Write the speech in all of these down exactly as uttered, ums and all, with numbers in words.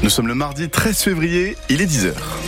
Nous sommes le mardi treize février, il est dix heures.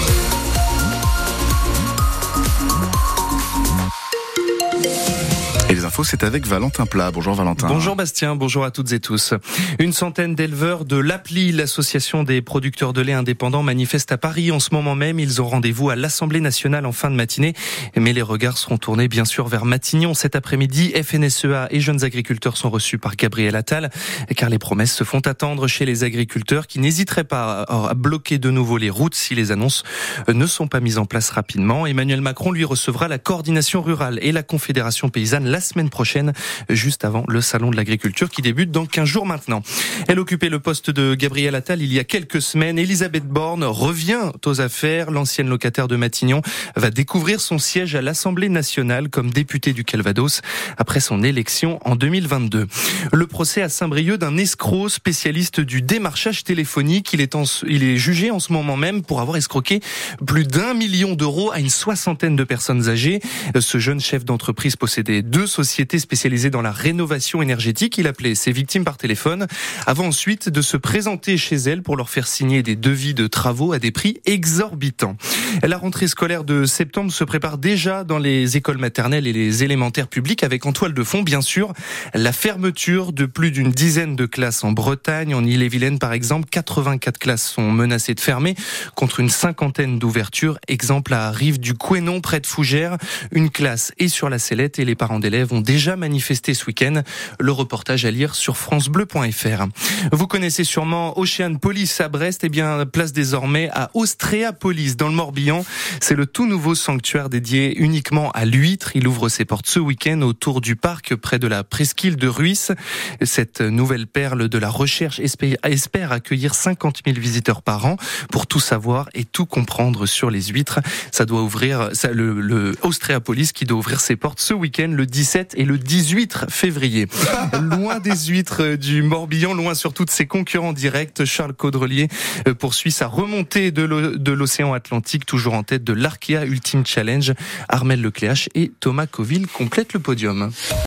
Et les infos, c'est avec Valentin Plat. Bonjour Valentin. Bonjour Bastien, bonjour à toutes et tous. Une centaine d'éleveurs de l'A P L I, l'association des producteurs de lait indépendants, manifestent à Paris en ce moment même. Ils ont rendez-vous à l'Assemblée nationale en fin de matinée. Mais les regards seront tournés bien sûr vers Matignon. Cet après-midi, F N S E A et jeunes agriculteurs sont reçus par Gabriel Attal. Car les promesses se font attendre chez les agriculteurs qui n'hésiteraient pas à bloquer de nouveau les routes si les annonces ne sont pas mises en place rapidement. Emmanuel Macron, lui, recevra la coordination rurale et la Confédération paysanne la semaine prochaine, juste avant le salon de l'agriculture qui débute dans quinze jours maintenant. Elle occupait le poste de Gabriel Attal il y a quelques semaines. Elisabeth Borne revient aux affaires. L'ancienne locataire de Matignon va découvrir son siège à l'Assemblée nationale comme députée du Calvados après son élection en deux mille vingt-deux. Le procès à Saint-Brieuc d'un escroc spécialiste du démarchage téléphonique. Il est, en, il est jugé en ce moment même pour avoir escroqué plus d'un million d'euros à une soixantaine de personnes âgées. Ce jeune chef d'entreprise possédait deux sociétés spécialisées dans la rénovation énergétique. Il appelait ses victimes par téléphone avant ensuite de se présenter chez elles pour leur faire signer des devis de travaux à des prix exorbitants. La rentrée scolaire de septembre se prépare déjà dans les écoles maternelles et les élémentaires publics avec en toile de fond, bien sûr, la fermeture de plus d'une dizaine de classes en Bretagne. En Ille-et-Vilaine, par exemple, quatre-vingt-quatre classes sont menacées de fermer contre une cinquantaine d'ouvertures. Exemple à Rive du Couesnon, près de Fougères. Une classe est sur la sellette et les parents d'élèves ont déjà manifesté ce week-end. Le reportage à lire sur francebleu point f r. Vous connaissez sûrement Ocean Police à Brest. Eh bien, place désormais à Ostréapolis dans le Morbihan. C'est le tout nouveau sanctuaire dédié uniquement à l'huître. Il ouvre ses portes ce week-end autour du parc près de la presqu'île de Ruisse. Cette nouvelle perle de la recherche espère accueillir cinquante mille visiteurs par an pour tout savoir et tout comprendre sur les huîtres. Ça doit ouvrir, ça, le, le Ostréapolis qui doit ouvrir ses portes ce week-end le dix-sept et le dix-huit février. Loin des huîtres du Morbihan, loin surtout de ses concurrents directs, Charles Caudrelier poursuit sa remontée de l'océan Atlantique, toujours en tête de l'Arkea Ultimate Challenge. Armel Lecléache et Thomas Coville complètent le podium.